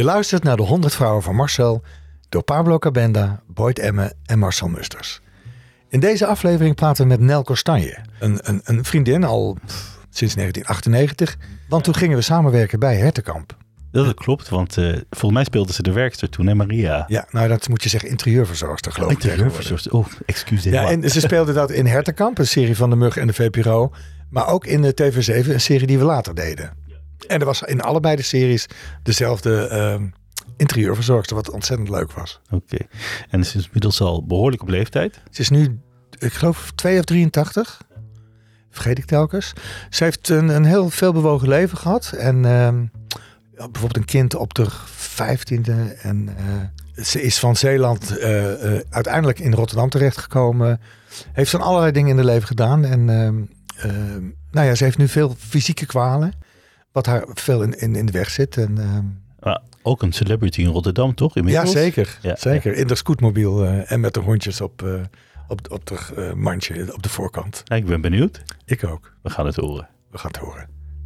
Je luistert naar de 100 Vrouwen van Marcel door Pablo Cabenda, Boyd Emme en Marcel Musters. In deze aflevering praten we met Nel Costanje, een vriendin al sinds 1998. Want toen gingen we samenwerken bij Hertenkamp. Dat klopt, want volgens mij speelde ze de werkster toen, hè, Maria? Ja, nou dat moet je zeggen, interieurverzorgster geloof ik. Interieurverzorgster, excuseer. Ja, en ze speelde dat in Hertenkamp, een serie van de Mug en de VPRO. Maar ook in de TV7, een serie die we later deden. En er was in allebei de series dezelfde interieurverzorgster, wat ontzettend leuk was. Oké. En ze is inmiddels al behoorlijk op leeftijd. Ze is nu, ik geloof, 2 of 83. Vergeet ik telkens. Ze heeft een heel veelbewogen leven gehad. En bijvoorbeeld een kind op de 15e. En ze is van Zeeland uiteindelijk in Rotterdam terechtgekomen. Heeft van allerlei dingen in haar leven gedaan. En ze heeft nu veel fysieke kwalen. Wat haar veel in de weg zit. En, ook een celebrity in Rotterdam, toch? Inmiddels? Ja, zeker. Ja, zeker. Ja. In de scootmobiel en met de hondjes op de mandje op de voorkant. Ik ben benieuwd. Ik ook. We gaan het horen. We gaan het horen.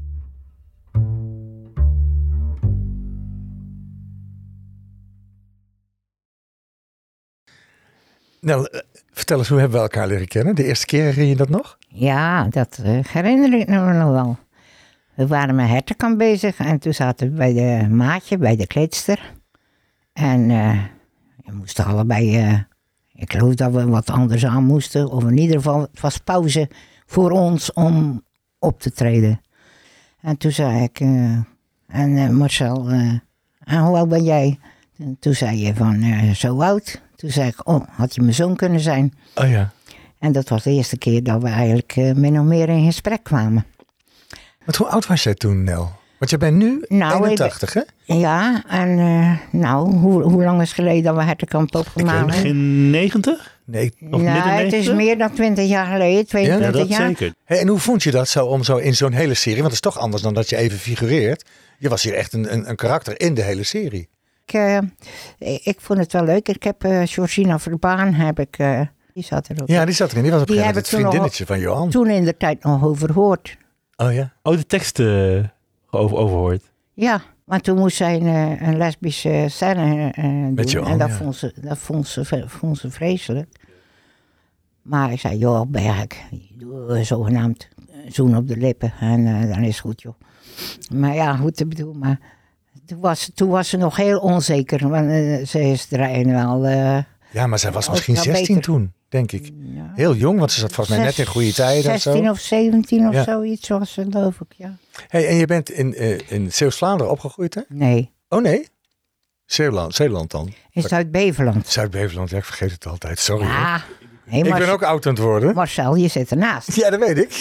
Nou, vertel eens, hoe hebben we elkaar leren kennen? De eerste keer, herinner je dat nog? Ja, dat herinner ik me nog wel. We waren met Hertenkamp bezig en toen zaten we bij de maatje, bij de kleedster. En we moesten allebei, ik geloof dat we wat anders aan moesten. Of in ieder geval, het was pauze voor ons om op te treden. En toen zei ik, Marcel, en hoe oud ben jij? En toen zei je van, zo oud. Toen zei ik, had je mijn zoon kunnen zijn? Oh ja. En dat was de eerste keer dat we eigenlijk min of meer in gesprek kwamen. Want hoe oud was jij toen, Nel? Want je bent nu 81, hè? Ja, en hoe lang is het geleden dat we Hertenkamp opgemaakt hebben? Begin 90? Nee, het is meer dan 20 jaar geleden, 22 ja, dat jaar. Zeker. Hey, en hoe vond je dat zo om zo in zo'n hele serie? Want het is toch anders dan dat je even figureert. Je was hier echt een karakter in de hele serie. Ik vond het wel leuk. Ik heb Georgina Verbaan, die zat er ook. Ja, die zat erin. Die was op een gegeven moment het vriendinnetje van Johan. Toen in de tijd nog overhoord. Oh ja? Oh, de tekst overhoord. Ja, maar toen moest zij een lesbische scène doen. Met Johan, en dat vond ze vreselijk. Maar ik zei, joh, Berg, doe zogenaamd zoen op de lippen. En dan is het goed, joh. Maar ja, goed te bedoelen. Maar toen was ze nog heel onzeker. Want ze is er wel... ja, maar zij was misschien 16 toen, denk ik. Ja. Heel jong, want ze zat volgens mij net in goede tijden. 16 of 17 of zoiets was ze, geloof ik, ja. Hey, en je bent in Zeeuws-Vlaanderen opgegroeid, hè? Nee. Oh nee? Zeeland dan? In Zuid-Beveland. Zuid-Beveland, ja, ik vergeet het altijd, sorry. Ja. Hey, ik ben ook oud aan het worden. Marcel, je zit ernaast. Ja, dat weet ik.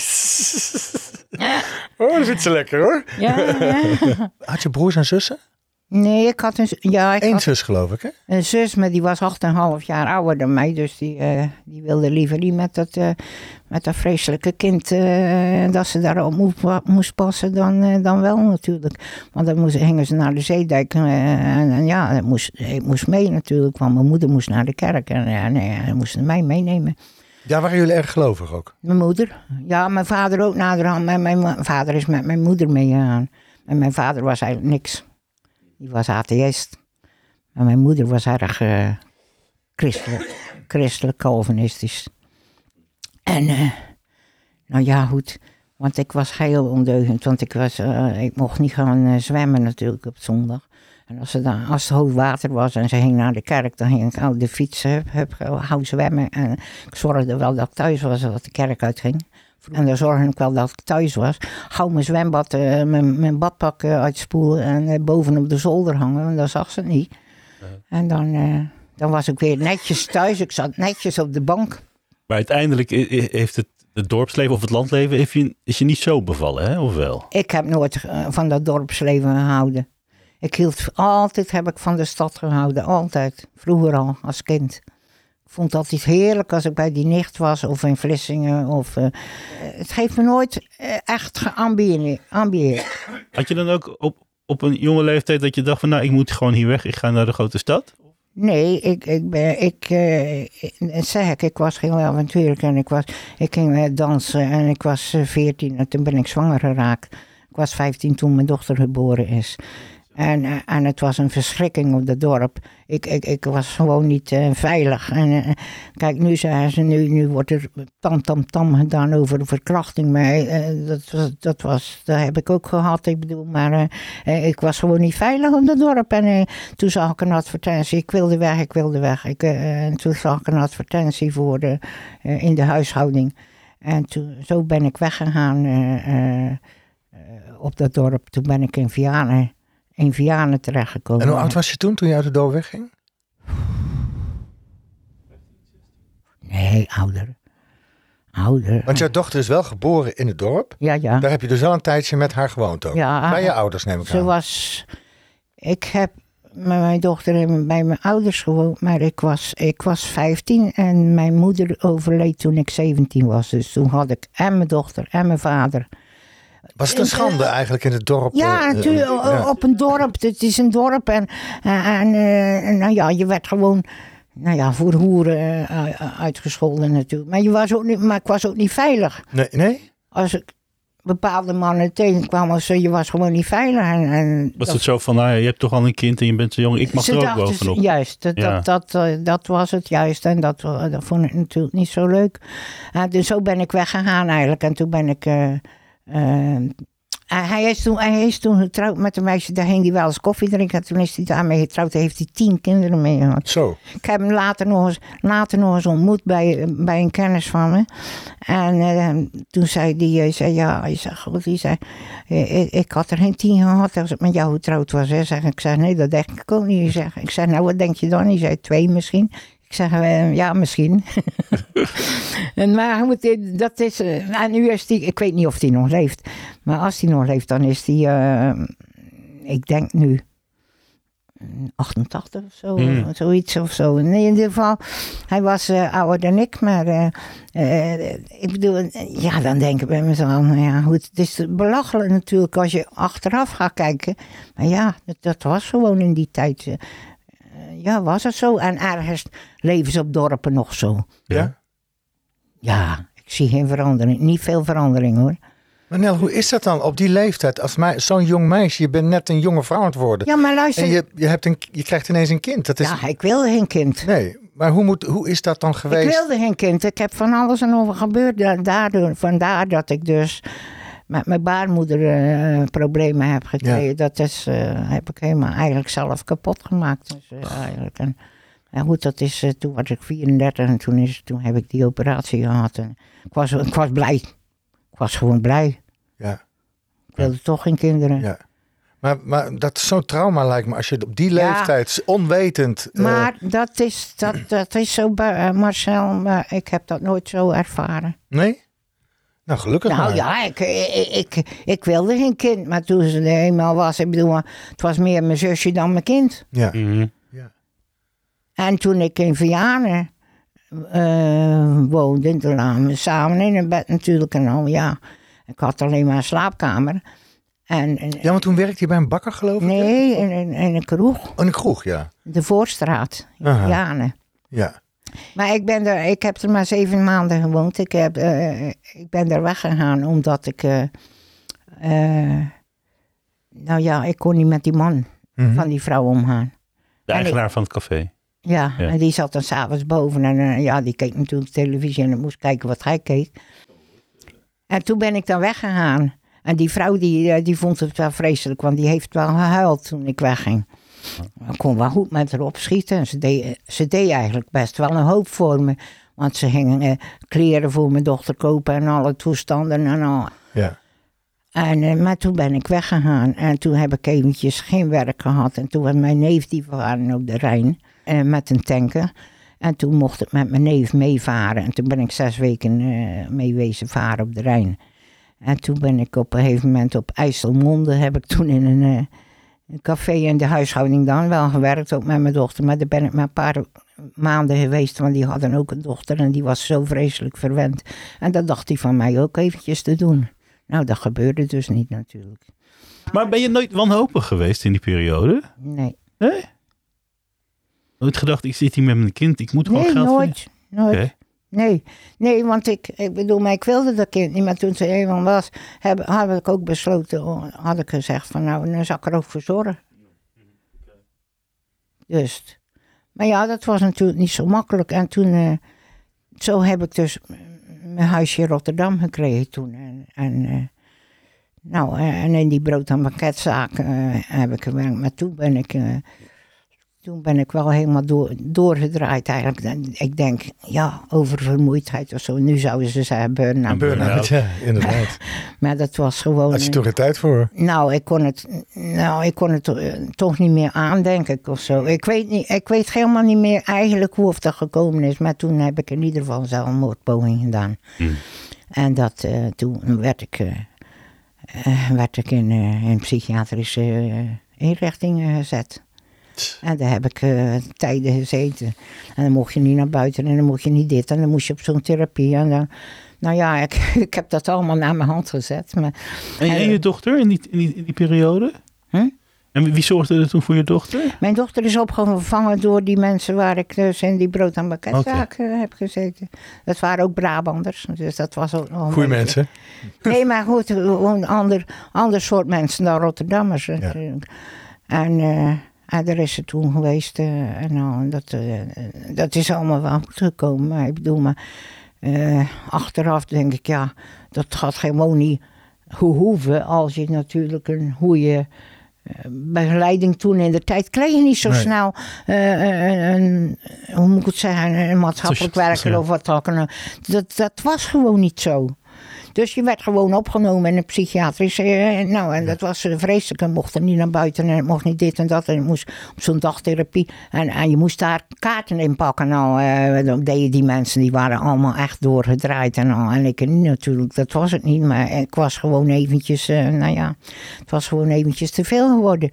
Oh, dat vindt ze lekker, hoor. Ja. Had je broers en zussen? Nee, ik had Eén zus, geloof ik, hè? Een zus, maar die was 8,5 jaar ouder dan mij. Dus die wilde liever niet met dat vreselijke kind... dat ze daarop moest passen dan wel natuurlijk. Want dan gingen ze naar de Zeedijk. Ik moest mee natuurlijk. Want mijn moeder moest naar de kerk. En dan moesten mij meenemen. Ja, waren jullie erg gelovig ook? Mijn moeder. Ja, mijn vader ook naderhand. Mijn vader is met mijn moeder meegegaan. En mijn vader was eigenlijk niks. Die was atheïst. Maar mijn moeder was erg christelijk calvinistisch. En goed. Want ik was heel ondeugend. Want ik mocht niet gaan zwemmen natuurlijk op zondag. En als het hoog water was en ze ging naar de kerk, dan ging ik de fiets gauw zwemmen. En ik zorgde wel dat ik thuis was als de kerk uitging. En dan zorgde ik wel dat ik thuis was. Gauw mijn zwembad, mijn badpak uitspoelen en bovenop de zolder hangen. Want dan zag ze het niet. En dan was ik weer netjes thuis. Ik zat netjes op de bank. Maar uiteindelijk heeft het dorpsleven of het landleven is je niet zo bevallen, hè? Of wel? Ik heb nooit van dat dorpsleven gehouden. Heb ik van de stad gehouden. Altijd. Vroeger al, als kind. Ik vond het altijd heerlijk als ik bij die nicht was of in Vlissingen. Het heeft me nooit echt geambieerd. Had je dan ook op een jonge leeftijd dat je dacht van ik moet gewoon hier weg, ik ga naar de grote stad? Nee, ik was heel avontuurlijk en ik ging dansen en ik was 14 en toen ben ik zwanger geraakt. Ik was 15 toen mijn dochter geboren is. En het was een verschrikking op het dorp. Ik was gewoon niet veilig. En kijk, nu zeggen ze, nu wordt er tam gedaan over verkrachting. Maar dat heb ik ook gehad. Ik bedoel, maar ik was gewoon niet veilig op het dorp. En toen zag ik een advertentie. Ik wilde weg. En toen zag ik een advertentie voor in de huishouding. En zo ben ik weggegaan op dat dorp. Toen ben ik in Vianen terechtgekomen. En hoe oud was je toen je uit het dorp wegging? Nee, ouder. Want jouw dochter is wel geboren in het dorp. Ja. Daar heb je dus wel een tijdje met haar gewoond ook. Ja, bij je ouders neem ik aan. Ik heb met mijn dochter bij mijn ouders gewoond, maar ik was 15 en mijn moeder overleed toen ik 17 was. Dus toen had ik en mijn dochter en mijn vader. Was het een schande eigenlijk in het dorp? Ja, natuurlijk. Op een dorp. Het is een dorp. En nou ja, je werd gewoon voor hoeren uitgescholden natuurlijk. Maar ik was ook niet veilig. Nee? Als ik bepaalde mannen tegenkwam, je was gewoon niet veilig. Was het zo van, je hebt toch al een kind en je bent zo jong, ik mag er ook bovenop. Juist, dat was het juist. En dat vond ik natuurlijk niet zo leuk. Dus zo ben ik weggegaan eigenlijk. En toen ben ik... Hij is toen getrouwd met een meisje, daar ging hij wel eens koffie drinken. En toen is hij daarmee getrouwd, daar heeft hij 10 kinderen mee gehad. Zo. Ik heb hem later nog eens ontmoet bij een kennis van me. En toen zei hij, ik had er geen 10 gehad als ik met jou getrouwd was. Hè. Ik zei, nee, dat denk ik ook niet. Ik zei, nou, wat denk je dan? Hij zei, 2 misschien. Ik zeg, ja, misschien. Maar goed, dat is... en nu is die... Ik weet niet of hij nog leeft. Maar als hij nog leeft, dan is hij... ik denk nu... 88 of zo. Zoiets of zo. Nee, in ieder geval... Hij was ouder dan ik. Maar... ik bedoel... Ja, dan denk ik bij mezelf... Nou ja, goed. Het is belachelijk natuurlijk als je achteraf gaat kijken. Maar ja, dat was gewoon in die tijd... ja, was het zo. En ergens leven ze op dorpen nog zo. Ja? Ja, ik zie geen verandering. Niet veel verandering hoor. Maar Nel, hoe is dat dan op die leeftijd? Als zo'n jong meisje, je bent net een jonge vrouw aan het worden. Ja, maar luister. En je krijgt ineens een kind. Dat is... Ja, ik wilde geen kind. Nee, maar hoe is dat dan geweest? Ik wilde geen kind. Ik heb van alles en over gebeurd. Vandaar dat ik dus... met mijn baarmoeder problemen heb gekregen. Ja. Dat heb ik helemaal eigenlijk zelf kapot gemaakt. Dus, eigenlijk. En goed, dat is, toen was ik 34 en toen heb ik die operatie gehad. En ik was blij. Ik was gewoon blij. Ja. Ik wilde toch geen kinderen. Ja. Maar dat is zo'n trauma lijkt me. Als je op die leeftijd onwetend... Maar dat is zo, Marcel. Maar ik heb dat nooit zo ervaren. Nee? Nou, gelukkig maar. Nou ja, ik wilde geen kind. Maar toen ze er eenmaal was, ik bedoel, het was meer mijn zusje dan mijn kind. Ja. Mm-hmm. Ja. En toen ik in Vianen woonde, en toen lagen we samen in een bed natuurlijk. En al, ja, ik had alleen maar een slaapkamer. Ja, want toen werkte je bij een bakker, geloof ik? Nee, in een kroeg. Oh, in een kroeg, ja. De Voorstraat, in Vianen. Ja. Maar ik heb er maar 7 maanden gewoond. Ik ben er weggegaan omdat ik... nou ja, ik kon niet met die man van die vrouw omgaan. De eigenaar van het café. Ja, en die zat dan 's avonds boven. En die keek natuurlijk televisie en ik moest kijken wat hij keek. En toen ben ik dan weggegaan. En die vrouw die vond het wel vreselijk, want die heeft wel gehuild toen ik wegging. Ik kon wel goed met haar opschieten. En ze deed eigenlijk best wel een hoop voor me. Want ze gingen kleren voor mijn dochter kopen en alle toestanden en al. Ja. Maar toen ben ik weggegaan. En toen heb ik eventjes geen werk gehad. En toen was mijn neef die varen op de Rijn met een tanker. En toen mocht ik met mijn neef meevaren. En toen ben ik 6 weken mee wezen varen op de Rijn. En toen ben ik op een gegeven moment op IJsselmonde, heb ik toen in een café in de huishouding dan wel gewerkt, ook met mijn dochter. Maar daar ben ik maar een paar maanden geweest, want die hadden ook een dochter en die was zo vreselijk verwend. En dat dacht hij van mij ook eventjes te doen. Nou, dat gebeurde dus niet natuurlijk. Maar ben je nooit wanhopig geweest in die periode? Nee. Nee? Nooit gedacht, ik zit hier met mijn kind, ik moet gewoon geld verdienen? Nooit. Okay. Nee, want ik bedoel, maar ik wilde dat kind niet. Maar toen ze eenmaal was, had ik ook besloten, had ik gezegd van nou, dan zal ik er ook voor zorgen. Dus. Maar ja, dat was natuurlijk niet zo makkelijk. En toen, zo heb ik dus mijn huisje in Rotterdam gekregen toen. En in die brood- en banketzaak heb ik gewerkt. Maar toen ben ik wel helemaal doorgedraaid eigenlijk. En ik denk, oververmoeidheid of zo. Nu zouden ze zeggen burn-out. Burn-out, ja, inderdaad. Maar dat was gewoon... Had je toch geen tijd voor? Ik kon het toch niet meer aandenken of zo. Ik weet helemaal niet meer eigenlijk hoe of dat gekomen is. Maar toen heb ik in ieder geval een zelfmoordpoging gedaan. En toen werd ik in psychiatrische inrichtingen gezet. En daar heb ik tijden gezeten. En dan mocht je niet naar buiten en dan mocht je niet dit. En dan moest je op zo'n therapie. En dan, ik heb dat allemaal naar mijn hand gezet. Maar, en je dochter in die periode? En wie zorgde er toen voor je dochter? Mijn dochter is opgevangen door die mensen waar ik dus in die brood- en banketzaak heb gezeten. Dat waren ook Brabanders. Dus dat was ook nog goeie mensen. Nee, maar goed, gewoon ander soort mensen dan Rotterdammers. Ja. En daar is ze toen geweest. Dat is allemaal wel goed gekomen. Maar ik bedoel, achteraf denk ik, dat gaat gewoon niet hoeven als je natuurlijk een goede begeleiding toen in de tijd kreeg je niet zo snel hoe moet ik het zeggen, een maatschappelijk werker of wat dan. Dat was gewoon niet zo. Dus je werd gewoon opgenomen in een psychiatrische... en dat was vreselijk. En mocht er niet naar buiten en het mocht niet dit en dat. En het moest op zo'n dagtherapie. En je moest daar kaarten in pakken. Dat deden die mensen, die waren allemaal echt doorgedraaid en al. En ik niet natuurlijk, dat was het niet. Maar ik was gewoon eventjes... het was gewoon eventjes te veel geworden.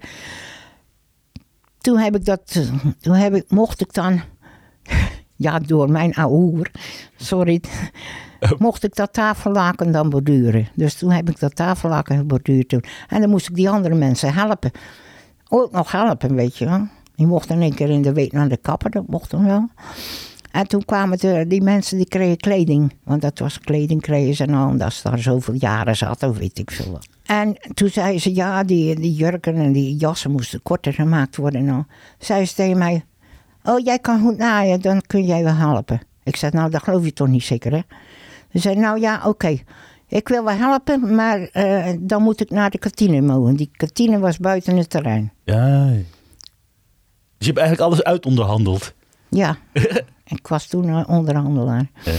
Mocht ik dan... door mijn ouwe, sorry... mocht ik dat tafellaken dan borduren. Dus toen heb ik dat tafellaken geborduurd toen. En dan moest ik die andere mensen helpen. Ook nog helpen, weet je wel. Die mochten in één keer in de week naar de kapper, dat mocht dan wel. En toen kwamen die mensen, die kregen kleding. Want dat was kleding kregen ze nou, omdat ze daar zoveel jaren zat, of weet ik veel wat. En toen zei ze, die jurken en die jassen moesten korter gemaakt worden. Nou. Zei ze tegen mij, jij kan goed naaien, dan kun jij wel helpen. Ik zei, dat geloof je toch niet zeker, hè? Ze zei, oké. Ik wil wel helpen, maar dan moet ik naar de kantine mogen. Die kantine was buiten het terrein. Ja. Dus je hebt eigenlijk alles uitonderhandeld. Ja, ik was toen onderhandelaar. Ja.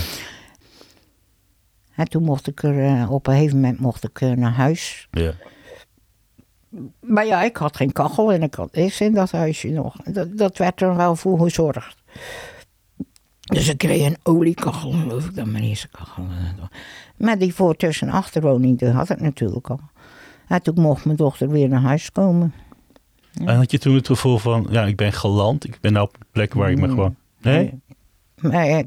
En toen mocht ik op een gegeven moment naar huis. Ja. Maar ik had geen kachel en ik had niks in dat huisje nog. Dat werd er wel voor gezorgd. Dus ik kreeg een oliekachel, geloof ik, dan mijn eerste kachel. Maar die voor- tussen- en achterwoning, die had ik natuurlijk al. En toen mocht mijn dochter weer naar huis komen. Ja. En had je toen het gevoel van, ik ben geland, ik ben nou op een plek waar ik me gewoon... Nee? Maar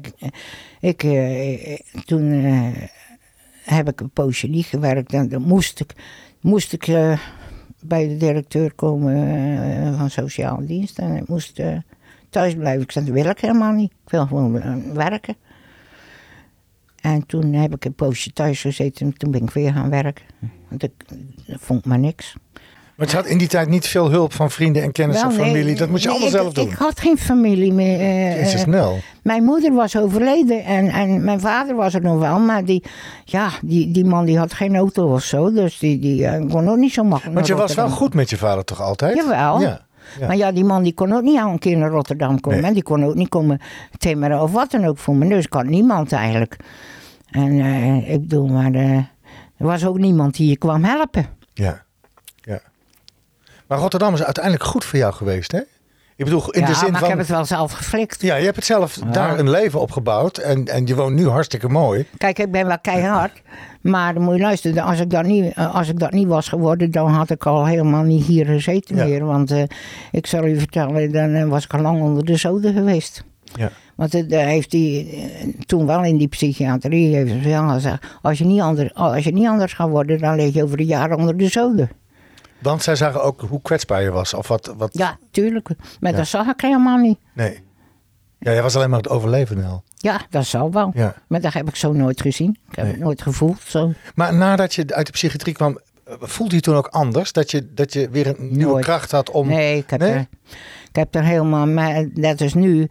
toen heb ik een poosje niet gewerkt. En dan moest ik bij de directeur komen van sociale dienst. En ik moest... thuis blijven. Ik zei, dat wil ik helemaal niet. Ik wil gewoon werken. En toen heb ik een poosje thuis gezeten en toen ben ik weer gaan werken. Want ik vond maar niks. Maar je had in die tijd niet veel hulp van vrienden en kennissen of familie. Dat moest je allemaal zelf doen. Ik had geen familie meer. Is snel. Mijn moeder was overleden en mijn vader was er nog wel. Maar die man die had geen auto of zo. Dus die kon ook niet zo makkelijk. Want je was wel goed met je vader toch altijd? Jawel. Ja. Maar die man die kon ook niet al een keer naar Rotterdam komen. Nee. En die kon ook niet komen timmeren of wat dan ook voor me. Dus ik had niemand eigenlijk. En ik bedoel, maar er was ook niemand die je kwam helpen. Ja. Maar Rotterdam is uiteindelijk goed voor jou geweest, hè? Ik bedoel, in de zin maar van... ik heb het wel zelf geflikt. Ja, je hebt het zelf daar een leven opgebouwd. En je woont nu hartstikke mooi. Kijk, ik ben wel keihard. Maar dan moet je luisteren, als ik dat niet was geworden, dan had ik al helemaal niet hier gezeten meer. Want ik zal u vertellen, dan was ik al lang onder de zoden geweest. Ja. Want heeft hij toen wel in die psychiatrie heeft wel gezegd, als je niet anders gaat worden, dan lig je over een jaar onder de zoden. Want zij zagen ook hoe kwetsbaar je was. Of wat... Ja, tuurlijk. Maar dat zag ik helemaal niet. Nee. Ja, jij was alleen maar het overleven al. Ja, dat zal wel. Ja. Maar dat heb ik zo nooit gezien. Ik heb het nooit gevoeld. Zo. Maar nadat je uit de psychiatrie kwam, voelde je toen ook anders? Dat je weer een nieuwe Nooit. kracht had om... Nee, ik heb er helemaal... Maar dat is nu...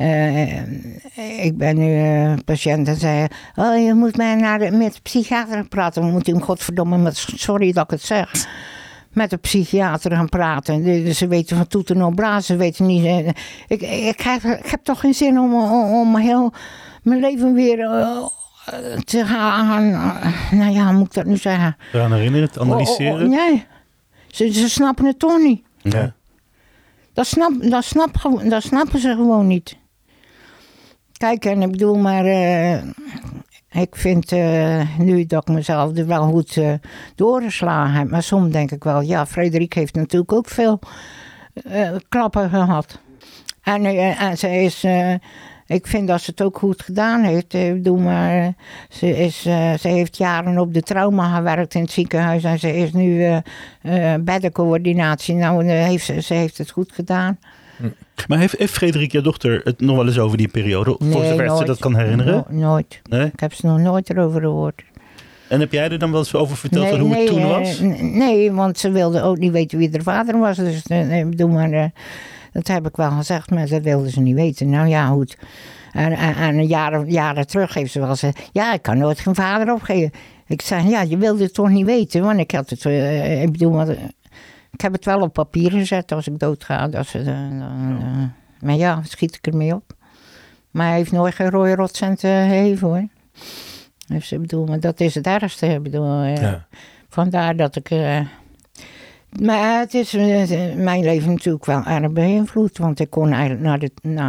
ik ben nu patiënt en zei... Oh, je moet mij met de psychiater praten. Dan moet u hem godverdomme... Sorry dat ik het zeg. Met de psychiater gaan praten. Ze weten van toeten en blazen. Ze weten niet... Ik heb toch geen zin om heel mijn leven weer... te gaan... nou ja, hoe moet ik dat nu zeggen? Eraan herinneren, te analyseren? Nee. Ze snappen het toch niet. Ja. Dat snappen ze gewoon niet. Kijk, en ik bedoel maar... ik vind nu dat ik mezelf er wel goed doorgeslagen heb. Maar soms denk ik wel... Ja, Frederik heeft natuurlijk ook veel klappen gehad. En ze is... ik vind dat ze het ook goed gedaan heeft. Ik bedoel maar... Ze heeft jaren op de trauma gewerkt in het ziekenhuis. En ze is nu beddencoördinatie. Nou, ze heeft het goed gedaan. Maar heeft Frederik, jouw dochter, het nog wel eens over die periode? Nee, voor zover ze dat kan herinneren? Nooit. Nee? Ik heb ze nog nooit erover gehoord. En heb jij er dan wel eens over verteld hoe het toen was? Nee, want ze wilde ook niet weten wie haar vader was. Dus bedoel maar, dat heb ik wel gezegd, maar dat wilden ze niet weten. Nou ja, goed. En jaren terug heeft ze wel gezegd... Ja, ik kan nooit geen vader opgeven. Ik zei, ja, je wilde het toch niet weten? Want ik had het... ik bedoel, maar, ik heb het wel op papier gezet als ik doodga. Maar ja, schiet ik ermee op. Maar hij heeft nooit geen rode rotcent gegeven, hoor. Dus ik bedoel, maar dat is het ergste. Ik bedoel, vandaar dat ik... maar het is mijn leven natuurlijk wel erg beïnvloed. Want ik kon eigenlijk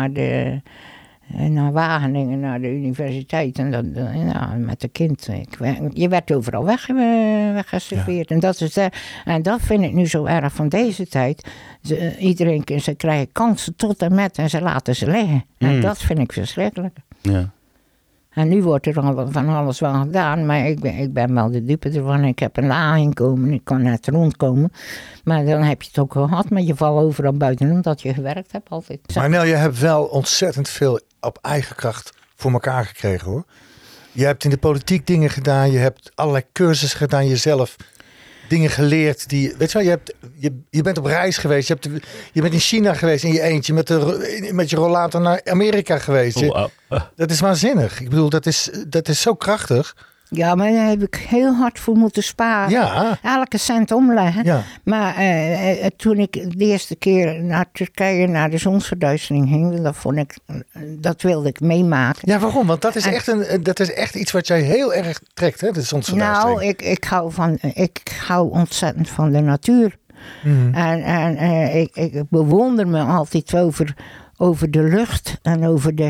naar Wageningen, naar de universiteit. En met de kind. Je werd overal weggeserveerd. Ja. En dat vind ik nu zo erg van deze tijd. Ze krijgen kansen tot en met en ze laten ze liggen. En dat vind ik verschrikkelijk. Ja. En nu wordt er al van alles wel gedaan, maar ik ben wel de dupe ervan. Ik heb een A-inkomen, ik kan net rondkomen. Maar dan heb je het ook gehad, maar je valt overal buiten omdat je gewerkt hebt altijd. Maar Nel, je hebt wel ontzettend veel op eigen kracht voor elkaar gekregen, hoor. Je hebt in de politiek dingen gedaan, je hebt allerlei cursussen gedaan, jezelf dingen geleerd die, weet je wel, je bent op reis geweest, je bent in China geweest in je eentje, met je rollator naar Amerika geweest. Dat is waanzinnig. Ik bedoel, dat is zo krachtig. Ja, maar daar heb ik heel hard voor moeten sparen. Ja. Elke cent omleggen. Ja. Maar toen ik de eerste keer naar Turkije naar de zonsverduistering ging, dat wilde ik meemaken. Ja, waarom? Want dat is echt iets wat jij heel erg trekt, hè, de zonsverduistering. Nou, ik hou ontzettend van de natuur. Mm. En ik bewonder me altijd over de lucht en over de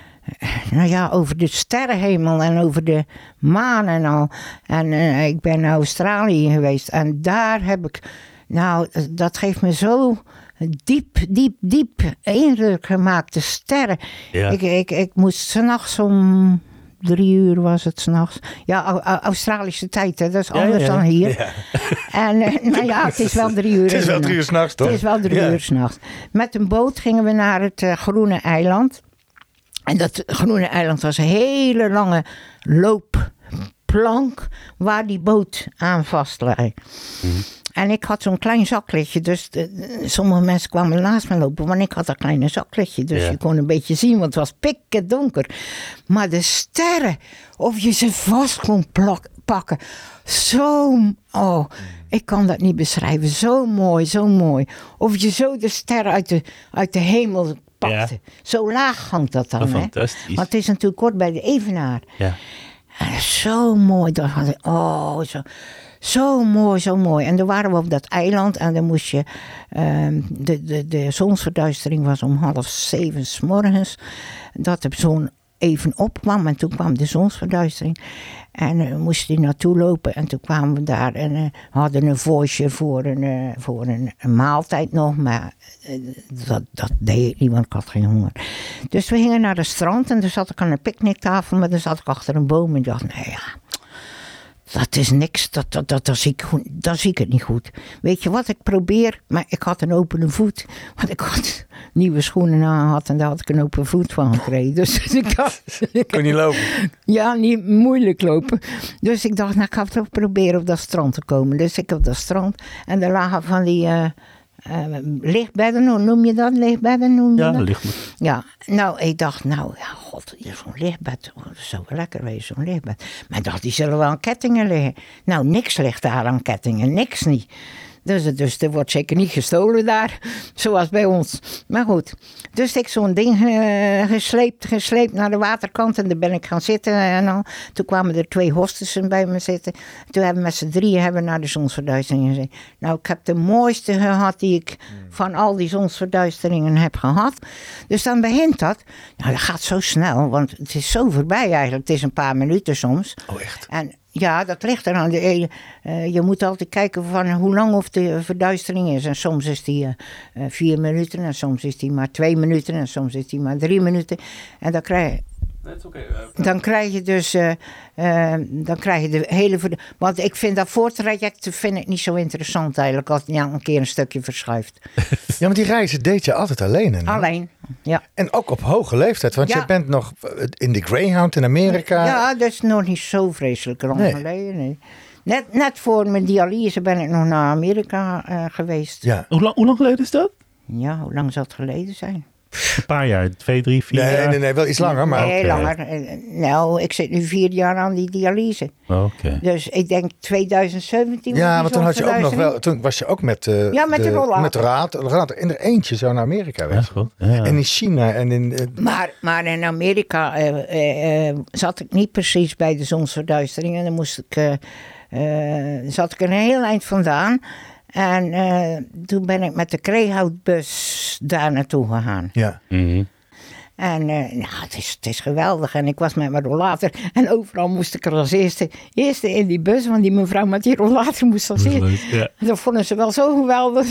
sterrenhemel en over de maan en al. En ik ben naar Australië geweest en daar heb ik... Nou, dat geeft me zo diep indruk gemaakt, de sterren. Ja. Ik moest 's nachts om 3 uur was het 's nachts. Ja, Australische tijd, hè, dat is anders dan hier. Ja. En het is wel 3 uur. Het is wel 3 uur 's nachts, toch? Het is wel 3 uur 's nachts. Met een boot gingen we naar het Groene Eiland. En dat Groene Eiland was een hele lange loopplank waar die boot aan vast lag. Mm-hmm. En ik had zo'n klein zaklichtje, dus sommige mensen kwamen naast me lopen, want ik had dat kleine zaklichtje. Dus je kon een beetje zien, want het was pikken donker. Maar de sterren, of je ze vast kon pakken, ik kan dat niet beschrijven, zo mooi. Of je zo de sterren uit de hemel pakte. Ja. Zo laag hangt dat dan. Fantastisch. Want het is natuurlijk kort bij de Evenaar. Ja. En zo mooi. Zo mooi. En dan waren we op dat eiland en dan moest je... de zonsverduistering was om 6:30 's morgens. Dat de zon even opkwam en toen kwam de zonsverduistering. En we moesten naartoe lopen en toen kwamen we daar en hadden een voosje voor een maaltijd nog. Maar dat deed ik niet, want ik had geen honger. Dus we gingen naar het strand en toen zat ik aan een picknicktafel, maar dan zat ik achter een boom en dacht, dat is niks, dat zie ik het niet goed. Weet je wat ik probeer? Maar ik had een opene voet. Want ik had nieuwe schoenen aan had en daar had ik een open voet van gekregen. Dus ik Kon niet lopen. Ja, niet moeilijk lopen. Dus ik dacht, ik ga toch proberen op dat strand te komen. Dus ik op dat strand en er lagen van die lichtbedden, hoe noem je dat? Lichtbedden noem je dat? Lichtbed. Ja, nou, ik dacht, god, hier zo'n lichtbed. Oh, dat zou wel lekker wezen, zo'n lichtbed. Maar ik dacht, die zullen wel aan kettingen liggen. Nou, niks ligt daar aan kettingen, niks niet. Dus er wordt zeker niet gestolen daar, zoals bij ons. Maar goed, dus ik zo'n ding gesleept naar de waterkant en daar ben ik gaan zitten. En al. Toen kwamen er 2 hostessen bij me zitten. Toen hebben we met z'n 3 naar de zonsverduistering gezien. Nou, ik heb de mooiste gehad die ik van al die zonsverduisteringen heb gehad. Dus dan begint dat. Nou, dat gaat zo snel, want het is zo voorbij eigenlijk. Het is een paar minuten soms. Oh, echt? En ja, dat ligt eraan. Je moet altijd kijken van hoe lang of de verduistering is. En soms is die 4 minuten en soms is die maar 2 minuten en soms is die maar 3 minuten. En dan krijg je... Dan krijg je dus de hele... Want ik vind dat voortraject vind ik niet zo interessant eigenlijk. Als het een keer een stukje verschuift. Ja, maar die reizen deed je altijd alleen. Hè? Alleen, ja. En ook op hoge leeftijd. Want je bent nog in de Greyhound in Amerika. Ja, dat is nog niet zo vreselijk lang geleden. Nee. Net voor mijn dialyse ben ik nog naar Amerika geweest. Ja. Hoe lang geleden is dat? Ja, hoe lang zal het geleden zijn? Een paar jaar, 2, 3, 4 jaar? Nee, wel iets langer. Maar... Nee, langer. Nou, ik zit nu 4 jaar aan die dialyse. Oké. Dus ik denk 2017. Ja, maar toen had je ook nog wel. Toen was je ook met met de rollator. Met de rollator in er eentje zo naar Amerika. Weet je. Goed. Ja. En in China en in. Maar in Amerika zat ik niet precies bij de zonsverduistering. En dan zat ik er een heel eind vandaan. En toen ben ik met de Greyhoundbus daar naartoe gegaan. Ja. Mm-hmm. En het is geweldig. En ik was met mijn rollator. En overal moest ik er als eerste in die bus. Want die mevrouw met die rollator moest als eerste. Ja. Dat vonden ze wel zo geweldig.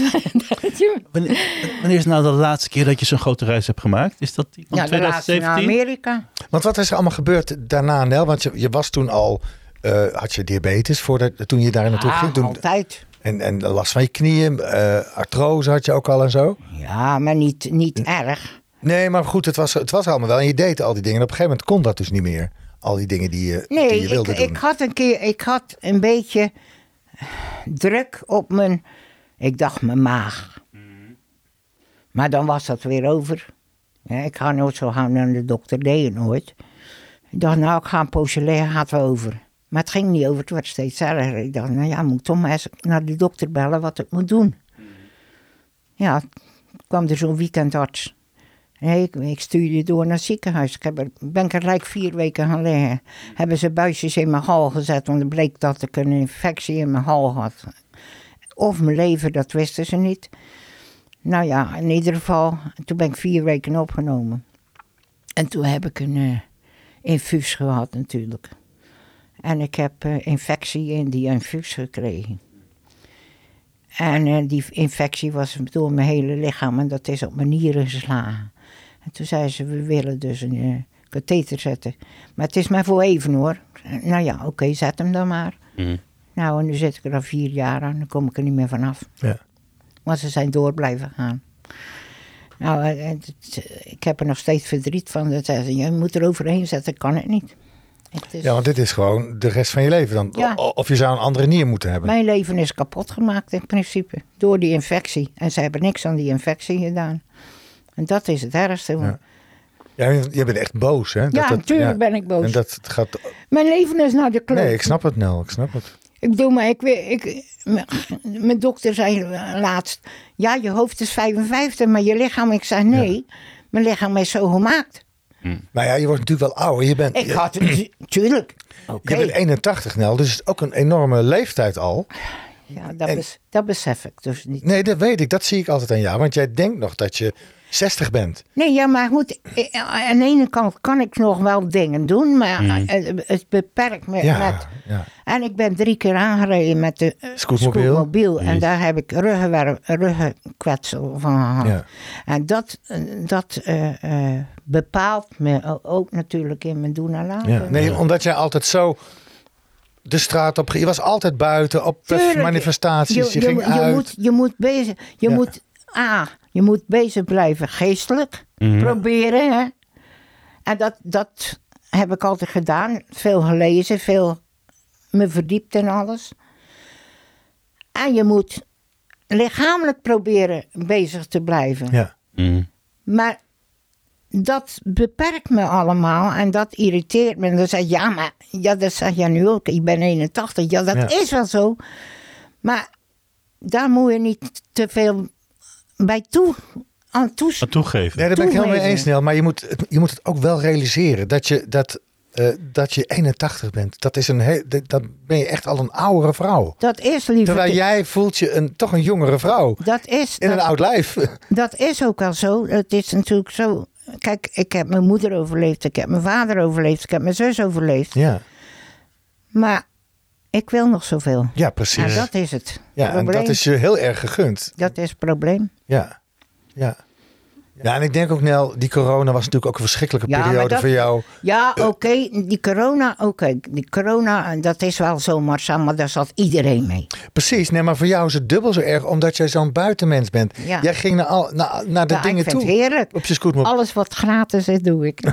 Wanneer is nou de laatste keer dat je zo'n grote reis hebt gemaakt? Is dat die van 2017? Naar Amerika. Want wat is er allemaal gebeurd daarna, Nel? Want je was toen al... had je diabetes toen je daar naartoe ging? Toen, altijd. En last van je knieën, artrose had je ook al en zo? Ja, maar niet erg. Nee, maar goed, het was allemaal wel. En je deed al die dingen. En op een gegeven moment kon dat dus niet meer. Al die dingen die je wilde doen. Ik had een beetje druk op mijn maag. Maar dan was dat weer over. Ja, ik ga nooit zo gaan naar de dokter, deed het nooit. Ik dacht, ik ga een poosje liggen, gaat wel over. Maar het ging niet over, het werd steeds erger. Ik dacht, moet ik toch maar eens naar de dokter bellen wat ik moet doen. Ja, kwam er zo'n weekendarts. Nee, ik stuurde je door naar het ziekenhuis. Ben ik er gelijk 4 weken gaan liggen. Hebben ze buisjes in mijn hal gezet, want het bleek dat ik een infectie in mijn hal had. Of mijn lever, dat wisten ze niet. Nou ja, in ieder geval, toen ben ik 4 weken opgenomen. En toen heb ik een infuus gehad natuurlijk. En ik heb infectie in die infuus gekregen. En die infectie was door mijn hele lichaam en dat is op mijn nieren geslagen. En toen zei ze, we willen dus een katheter zetten. Maar het is maar voor even hoor. Nou ja, oké, zet hem dan maar. Mm. Nou, en nu zit ik er al 4 jaar aan, dan kom ik er niet meer vanaf. Ja. Maar ze zijn door blijven gaan. Nou, ik heb er nog steeds verdriet van. Dat ze, je moet er overheen zetten, kan het niet. Ja, want dit is gewoon de rest van je leven dan. Ja. Of je zou een andere nier moeten hebben. Mijn leven is kapot gemaakt in principe. Door die infectie. En ze hebben niks aan die infectie gedaan. En dat is het ergste. Ja, je bent echt boos, hè? Natuurlijk ben ik boos. En dat gaat... Mijn leven is naar de kloot. Nee, ik snap het, Nel. Ik snap het. Mijn dokter zei laatst... Ja, je hoofd is 55, maar je lichaam... Ik zei nee, mijn lichaam is zo gemaakt. Nou ja, je wordt natuurlijk wel ouder. Tuurlijk. Okay. Je bent 81, Nel, dus het is ook een enorme leeftijd al. Ja, dat besef ik dus niet. Nee, dat weet ik. Dat zie ik altijd aan jou. Want jij denkt nog dat je 60 bent. Nee, ja, maar goed. Aan de ene kant kan ik nog wel dingen doen, maar het beperkt me met... Ja. En ik ben 3 keer aangereden met de scootmobiel. En daar heb ik ruggenkwetsel van gehad. Ja. En dat bepaalt me ook natuurlijk in mijn doen en laten. Ja. Nee, omdat jij altijd zo de straat op. Je was altijd buiten op Tuurlijk. manifestaties. Je ging uit. Je moet bezig blijven geestelijk. Proberen. Hè? En dat heb ik altijd gedaan. Veel gelezen. Veel me verdiept in alles. En je moet lichamelijk proberen bezig te blijven. Ja. Maar dat beperkt me allemaal en dat irriteert me. En dan zeg je, dat zeg je nu ook, ik ben 81. Ja, dat is wel zo. Maar daar moet je niet te veel bij aan toegeven. Nee, daar ben ik helemaal mee eens, Nel. Maar je moet het ook wel realiseren. Dat je 81 bent. Dat ben je echt al een oudere vrouw. Dat is liever. Terwijl jij voelt je toch een jongere vrouw. Een oud lijf. Dat is ook al zo. Het is natuurlijk zo. Kijk, ik heb mijn moeder overleefd. Ik heb mijn vader overleefd. Ik heb mijn zus overleefd. Ja. Maar ik wil nog zoveel. Ja, precies. En dat is het probleem. En dat is je heel erg gegund. Dat is het probleem. Ja. Ja, en ik denk ook, Nel, die corona was natuurlijk ook een verschrikkelijke periode voor jou. Ja, oké. Die corona, dat is wel zo, Marcel, maar daar zat iedereen mee. Precies, nee, maar voor jou is het dubbel zo erg, omdat jij zo'n buitenmens bent. Ja. Jij ging naar de dingen toe. Ik vind het heerlijk. Op je scootmobiel. Alles wat gratis is, doe ik.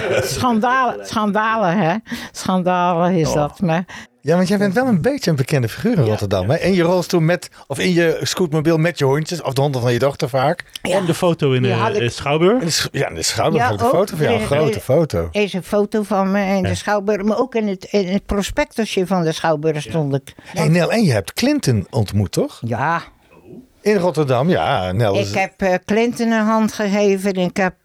Schandalen, hè. Schandalen is dat, maar... Ja, want jij bent wel een beetje een bekende figuur in Rotterdam. Hè? In je rolstoel of in je scootmobiel met je hondjes. Of de honden van je dochter vaak. Ja. En de foto in de Schouwburg. Ja, in de Schouwburg ook de foto van jou. Een grote foto. Er is een foto van me in de Schouwburg. Maar ook in het prospectusje van de Schouwburg stond ik. Hey Nel, en je hebt Clinton ontmoet, toch? Ja. In Rotterdam, ja. Nel, ik heb Clinton een hand gegeven. Ik heb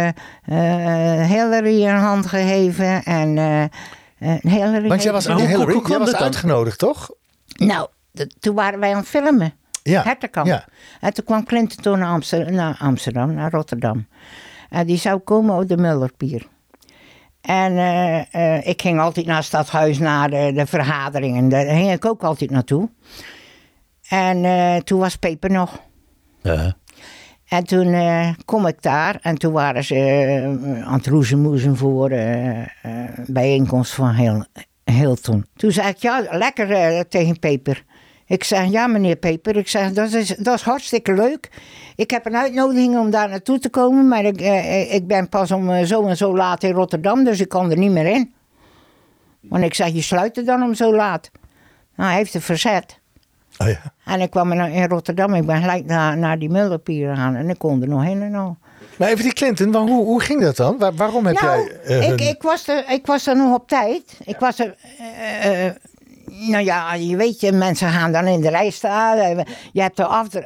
Hillary een hand gegeven. En... Hillary. Want jij was uitgenodigd, toch? Nou, toen waren wij aan het filmen. Ja. Hertekamp. Ja. En toen kwam Clinton toen naar Rotterdam. En die zou komen op de Mullerpier. En ik ging altijd naar het stadhuis, naar de vergaderingen. Daar ging ik ook altijd naartoe. En toen was Peper nog. En toen kom ik daar en toen waren ze aan het roezemoezen voor bijeenkomst van Hilton. Toen zei ik, ja, lekker tegen Peper. Ik zeg, ja meneer Peper, ik zeg, dat is hartstikke leuk. Ik heb een uitnodiging om daar naartoe te komen, maar ik ben pas om zo en zo laat in Rotterdam, dus ik kan er niet meer in. Want ik zeg, je sluit er dan om zo laat. Nou, hij heeft het verzet. Oh ja. En ik kwam in Rotterdam, ik ben gelijk naar die Mulderpier gaan en ik kon er nog in en al. Maar even die Clinton, hoe ging dat dan? Waarom heb jij... Ik was er nog op tijd. Ik was er... nou ja, je weet, mensen gaan dan in de rij staan. Je hebt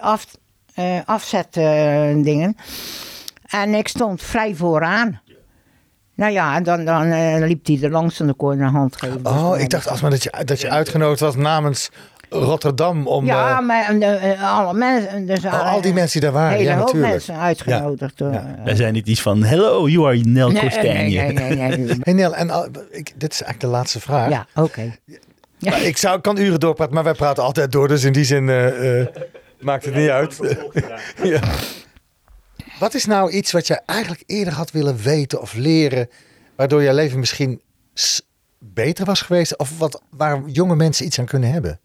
de afzetdingen. En ik stond vrij vooraan. Nou ja, en dan liep hij er langs en dan kon je een hand geven. Oh, ik dacht alsmaar dat je uitgenodigd was namens Rotterdam om... Ja, maar alle mensen... Dus al die mensen die daar waren, ja natuurlijk. Hele mensen uitgenodigd. Wij zijn niet iets van, hello, you are Nel Kostanje. Nee. Hey Nel, en dit is eigenlijk de laatste vraag. Ja, oké. Ja. Ik kan uren doorpraten, maar wij praten altijd door. Dus in die zin maakt het niet uit. Ja. Wat is nou iets wat je eigenlijk eerder had willen weten of leren, waardoor jouw leven misschien beter was geweest? Of waar jonge mensen iets aan kunnen hebben?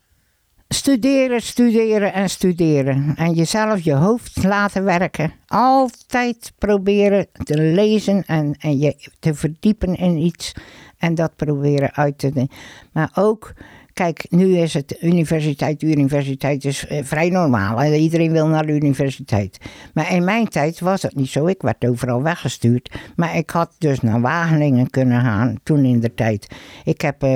Studeren. En jezelf, je hoofd laten werken. Altijd proberen te lezen en je te verdiepen in iets. En dat proberen uit te doen. Maar ook, kijk, nu is het universiteit. De universiteit is vrij normaal. Hè? Iedereen wil naar de universiteit. Maar in mijn tijd was het niet zo. Ik werd overal weggestuurd. Maar ik had dus naar Wageningen kunnen gaan toen in de tijd. Ik heb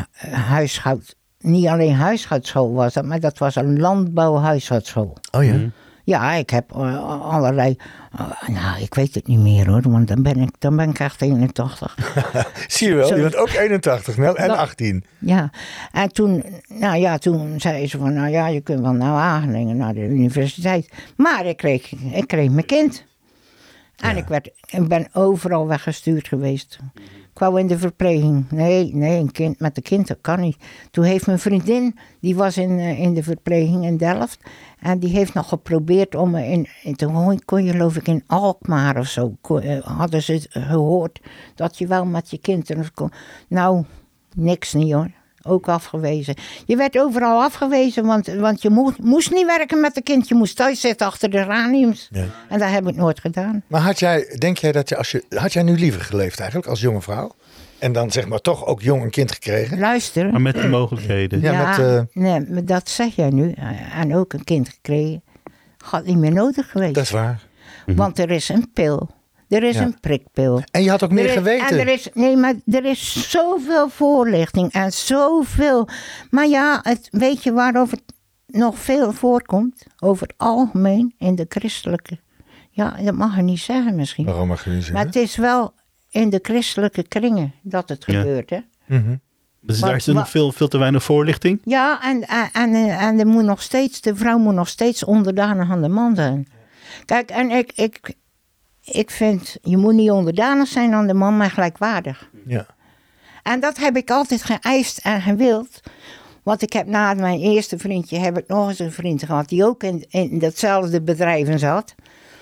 niet alleen huishoudschool was dat, maar dat was een landbouwhuishoudschool. Oh ja? Ja, ik heb allerlei... nou, ik weet het niet meer hoor, want dan ben ik echt 81. Zie je wel, je bent ook 81 en 18. Ja, en toen zei ze van, je kunt wel naar Wageningen, naar de universiteit. Maar ik kreeg mijn kind. En ik ben overal weggestuurd geweest. Ik wou in de verpleging. Nee, een kind met een kind, dat kan niet. Toen heeft mijn vriendin, die was in de verpleging in Delft. En die heeft nog geprobeerd om me toen kon je geloof ik in Alkmaar of zo. Hadden ze gehoord dat je wel met je kind kon. Nou, niks niet hoor. Ook afgewezen. Je werd overal afgewezen, want je moest niet werken met een kind. Je moest thuis zitten achter de geraniums. Ja. En dat heb ik nooit gedaan. Maar had jij nu liever geleefd eigenlijk als jonge vrouw? En dan zeg maar toch ook jong een kind gekregen? Luister. Maar met de mogelijkheden. Nee, maar dat zeg jij nu. En ook een kind gekregen. Had niet meer nodig geweest. Dat is waar. Want er is een pil. Er is een prikpil. En je had ook meer geweten. Maar er is zoveel voorlichting en zoveel. Maar ja, weet je waarover het nog veel voorkomt? Over het algemeen in de christelijke. Ja, dat mag je niet zeggen misschien. Waarom mag je niet zeggen? Maar het is wel in de christelijke kringen dat het gebeurt, hè? Mm-hmm. Dus daar is er nog veel te weinig voorlichting? Ja, en de vrouw moet nog steeds onderdanig aan de man zijn. Kijk, en ik vind, je moet niet onderdanig zijn aan de man, maar gelijkwaardig. Ja. En dat heb ik altijd geëist en gewild. Want ik heb na mijn eerste vriendje, heb ik nog eens een vriend gehad, die ook in datzelfde bedrijf zat.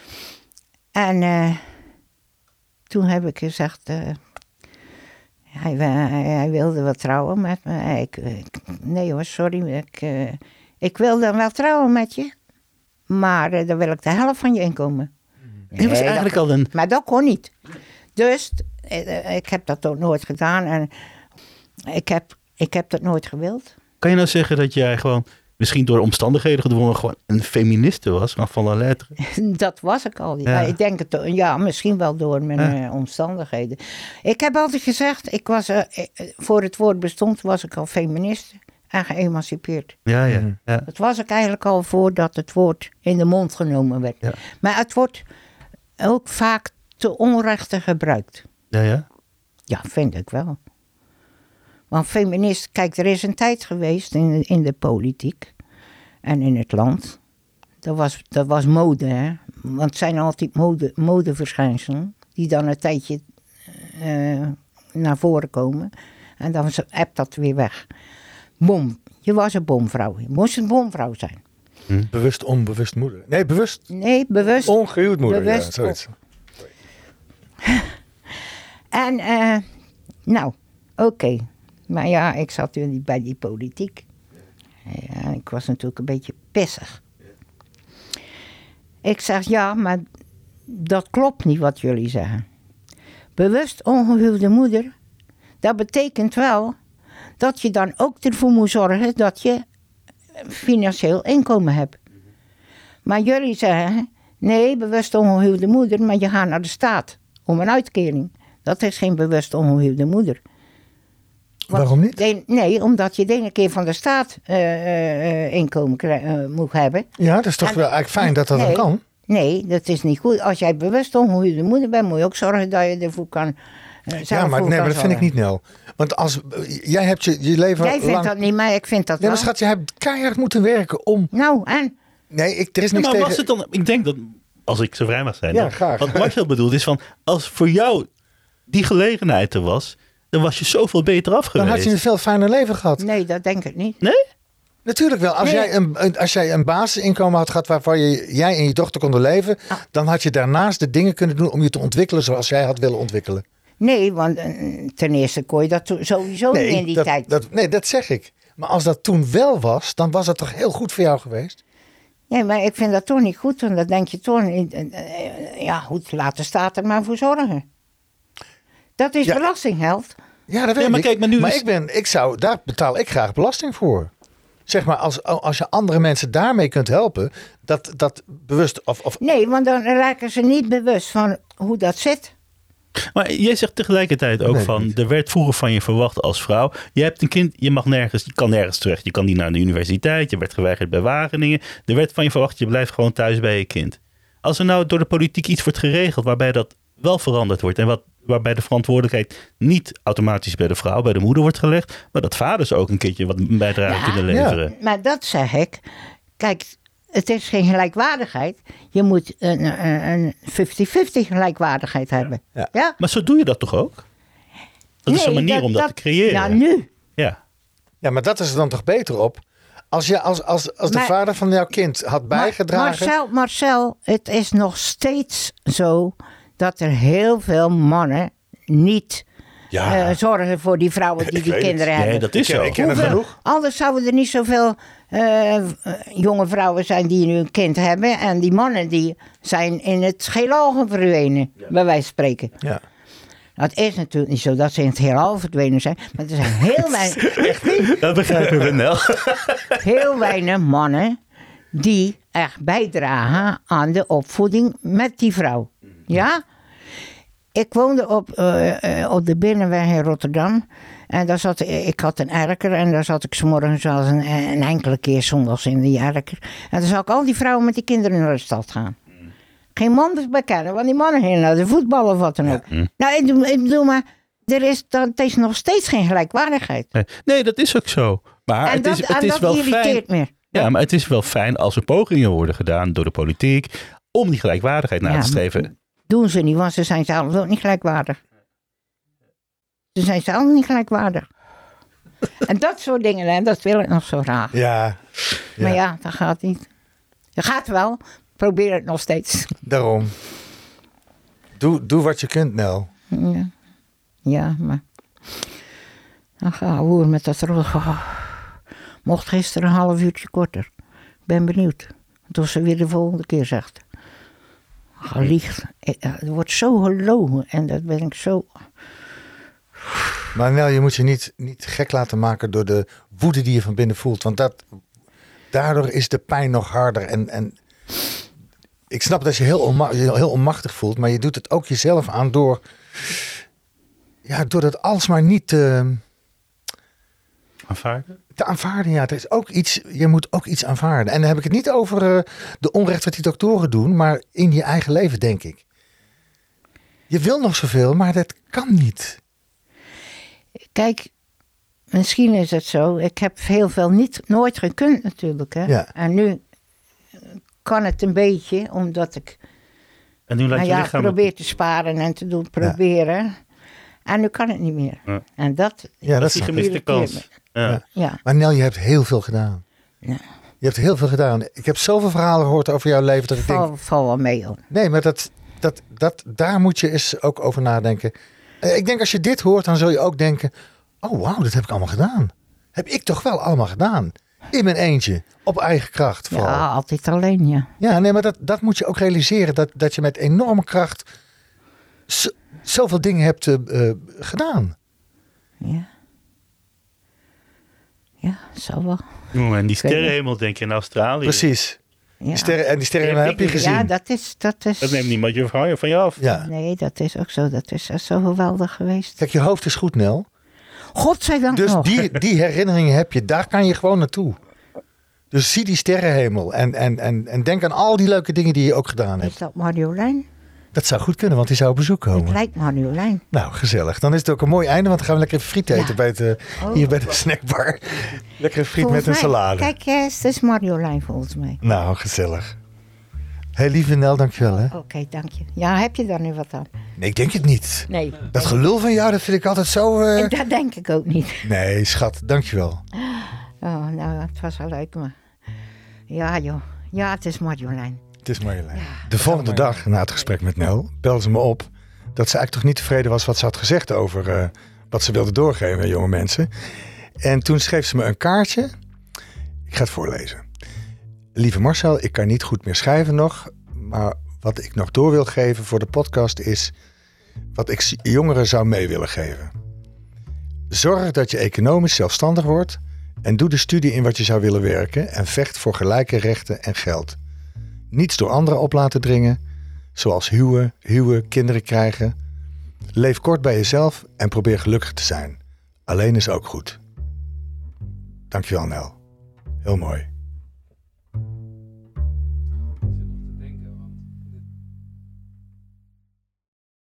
En toen heb ik gezegd, hij wilde wel trouwen met me. Nee hoor, sorry, ik wil dan wel trouwen met je. Maar dan wil ik de helft van je inkomen. Nee, was eigenlijk maar dat kon niet. Dus ik heb dat ook nooit gedaan. En ik heb dat nooit gewild. Kan je nou zeggen dat jij gewoon, misschien door omstandigheden gedwongen, gewoon een feministe was, maar van la lettre? Dat was ik al. Ja. Ik denk het, misschien wel door mijn omstandigheden. Ik heb altijd gezegd, voor het woord bestond, was ik al feministe en geëmancipeerd. Ja. Dat was ik eigenlijk al voordat het woord in de mond genomen werd. Ja. Maar het wordt ook vaak te onrechte gebruikt. Ja? Ja, vind ik wel. Want feminist, kijk, er is een tijd geweest in de politiek en in het land. Dat was mode, hè. Want het zijn altijd modeverschijnselen die dan een tijdje naar voren komen. En dan hebt dat weer weg. Bom, je was een bomvrouw. Je moest een bomvrouw zijn. Bewust onbewust moeder. Nee, bewust. Nee, bewust. Ongehuwd moeder, bewust, ja, zoiets. En, oké. Maar ja, ik zat nu niet bij die politiek. Ja, ik was natuurlijk een beetje pissig. Ik zeg, ja, maar dat klopt niet wat jullie zeggen. Bewust ongehuwde moeder, dat betekent wel dat je dan ook ervoor moet zorgen dat je financieel inkomen hebt. Maar jullie zeggen, nee, bewust ongehuwde moeder, maar je gaat naar de staat om een uitkering. Dat is geen bewust ongehuwde moeder. Waarom niet? Nee, omdat je de ene keer van de staat inkomen moet hebben. Ja, dat is toch wel eigenlijk fijn dat dan kan? Nee, dat is niet goed. Als jij bewust ongehuwde moeder bent, moet je ook zorgen dat je ervoor kan. Maar dat vind ik niet, Nel. Want als jij hebt je leven Jij vindt dat niet, maar ik vind dat wel. Maar schat, je hebt keihard moeten werken om. Nou, en? Nee, er is niks maar tegen. Was het dan? Ik denk dat, als ik zo vrij mag zijn. Ja, graag. Wat Marcel bedoelt is van, als voor jou die gelegenheid er was, dan was je zoveel beter af geweest. Dan had je een veel fijner leven gehad. Nee, dat denk ik niet. Nee? Natuurlijk wel. Als jij een basisinkomen had gehad waarvan jij en je dochter konden leven, dan had je daarnaast de dingen kunnen doen om je te ontwikkelen zoals jij had willen ontwikkelen. Nee, want ten eerste kon je dat sowieso niet in die tijd. Nee, dat zeg ik. Maar als dat toen wel was, dan was dat toch heel goed voor jou geweest? Nee, maar ik vind dat toch niet goed. Want dan denk je toch, goed, laat de staat er maar voor zorgen. Dat is belastinggeld. Ja, dat weet ik. Maar kijk, maar daar betaal ik graag belasting voor. Zeg maar, als je andere mensen daarmee kunt helpen, dat bewust of... Nee, want dan raken ze niet bewust van hoe dat zit. Maar jij zegt tegelijkertijd ook er werd vroeger van je verwacht als vrouw. Je hebt een kind, je kan nergens terecht. Je kan niet naar de universiteit, je werd geweigerd bij Wageningen. Er werd van je verwacht, je blijft gewoon thuis bij je kind. Als er nou door de politiek iets wordt geregeld waarbij dat wel veranderd wordt en waarbij de verantwoordelijkheid niet automatisch bij de vrouw, bij de moeder wordt gelegd, maar dat vaders ook een keertje wat bijdrage kunnen leveren. Ja, maar dat zeg ik. Kijk, het is geen gelijkwaardigheid. Je moet een 50-50 gelijkwaardigheid hebben. Ja. Maar zo doe je dat toch ook? Dat is een manier om dat te creëren. Ja, nu. Ja, maar dat is er dan toch beter op? Als de vader van jouw kind had bijgedragen... Marcel, het is nog steeds zo dat er heel veel mannen niet zorgen voor die vrouwen die kinderen hebben. Nee, dat is zo. Ik ken het genoeg. Anders zouden er niet zoveel jonge vrouwen zijn die nu een kind hebben. En die mannen die zijn in het heelal verdwenen, bij wijze van spreken. Ja. Nou, het is natuurlijk niet zo dat ze in het heelal verdwenen zijn. Maar er zijn heel weinig, Dat begrijpen we wel. heel weinig mannen die echt bijdragen aan de opvoeding met die vrouw. Ja? Ik woonde op de Binnenweg in Rotterdam. En daar ik had een erker en daar zat ik 's morgens wel een enkele keer zondags in die erker. En dan zag ik al die vrouwen met die kinderen naar de stad gaan. Geen man bekennen, want die mannen gingen naar de voetbal of wat dan ook. Nou, ik bedoel maar, het is nog steeds geen gelijkwaardigheid. Nee, dat is ook zo. Maar En het is wel irriteert fijn. me. Ja, maar het is wel fijn als er pogingen worden gedaan door de politiek om die gelijkwaardigheid na te streven. Doen ze niet, want ze zijn zelf ook niet gelijkwaardig. Ze zijn zelf niet gelijkwaardig. En dat soort dingen, hè, dat wil ik nog zo graag. Ja. Maar ja, dat gaat niet. Dat gaat wel. Probeer het nog steeds. Daarom. Doe wat je kunt, Nel. Ja, maar... Dan ga hoor met dat rug. Mocht gisteren een half uurtje korter. Ben benieuwd. Of ze weer de volgende keer zegt. Geliegd. Er wordt zo gelogen. En dat ben ik zo... Maar Nel, je moet je niet gek laten maken door de woede die je van binnen voelt. Want daardoor is de pijn nog harder. En ik snap dat je heel onmachtig voelt. Maar je doet het ook jezelf aan door dat alsmaar niet te aanvaarden. Ja, er is ook iets, je moet ook iets aanvaarden. En dan heb ik het niet over de onrecht wat die doktoren doen. Maar in je eigen leven, denk ik. Je wil nog zoveel, maar dat kan niet. Kijk, misschien is het zo. Ik heb heel veel nooit gekund natuurlijk. Hè? Ja. En nu kan het een beetje, omdat ik En nu laat je lichaam probeer te sparen en te doen, proberen. Ja. En nu kan het niet meer. Ja. En dat is die gemiste kans. Ja. Maar Nel, je hebt heel veel gedaan. Ja. Je hebt heel veel gedaan. Ik heb zoveel verhalen gehoord over jouw leven dat ik denk... Val wel mee, hoor. Nee, maar daar moet je eens ook over nadenken. Ik denk als je dit hoort, dan zul je ook denken... Oh, wauw, dat heb ik allemaal gedaan. Heb ik toch wel allemaal gedaan. In mijn eentje. Op eigen kracht. Vooral. Ja, altijd alleen, ja. Ja, nee, maar dat moet je ook realiseren. Dat je met enorme kracht zoveel dingen hebt gedaan. Ja. Ja, zo wel. En die sterrenhemel denk je in Australië. Precies. Ja. Die sterren heb je gezien. Ja, dat is... Dat neemt niemand van je af. Ja. Nee, dat is ook zo. Dat is zo geweldig geweest. Kijk, je hoofd is goed, Nel. Godzijdank Dus nog. die herinneringen heb je. Daar kan je gewoon naartoe. Dus zie die sterrenhemel. En denk aan al die leuke dingen die je ook gedaan hebt. Is dat Marjolein? Dat zou goed kunnen, want die zou op bezoek komen. Het lijkt Marjolein. Nou, gezellig. Dan is het ook een mooi einde, want dan gaan we lekker even friet eten hier bij de snackbar. Lekker friet Volgens met een salade. Kijk, het is Marjolein volgens mij. Nou, gezellig. Hey, lieve Nel, dankjewel hè. Oké, dank je. Ja, heb je daar nu wat aan? Nee, ik denk het niet. Nee. Dat gelul van jou, dat vind ik altijd zo... Dat denk ik ook niet. Nee, schat, dankjewel. Oh, nou, het was wel leuk, maar... Ja, joh. Ja, het is Marjolein. Het is Marjolein. Ja, de volgende dag, na het gesprek met Nel, belde ze me op... dat ze eigenlijk toch niet tevreden was wat ze had gezegd over wat ze wilde doorgeven aan jonge mensen. En toen schreef ze me een kaartje. Ik ga het voorlezen. Lieve Marcel, ik kan niet goed meer schrijven nog... maar wat ik nog door wil geven voor de podcast is... wat ik jongeren zou mee willen geven. Zorg dat je economisch zelfstandig wordt... en doe de studie in wat je zou willen werken... en vecht voor gelijke rechten en geld. Niets door anderen op laten dringen... zoals huwen, kinderen krijgen. Leef kort bij jezelf en probeer gelukkig te zijn. Alleen is ook goed. Dankjewel, Nel. Heel mooi.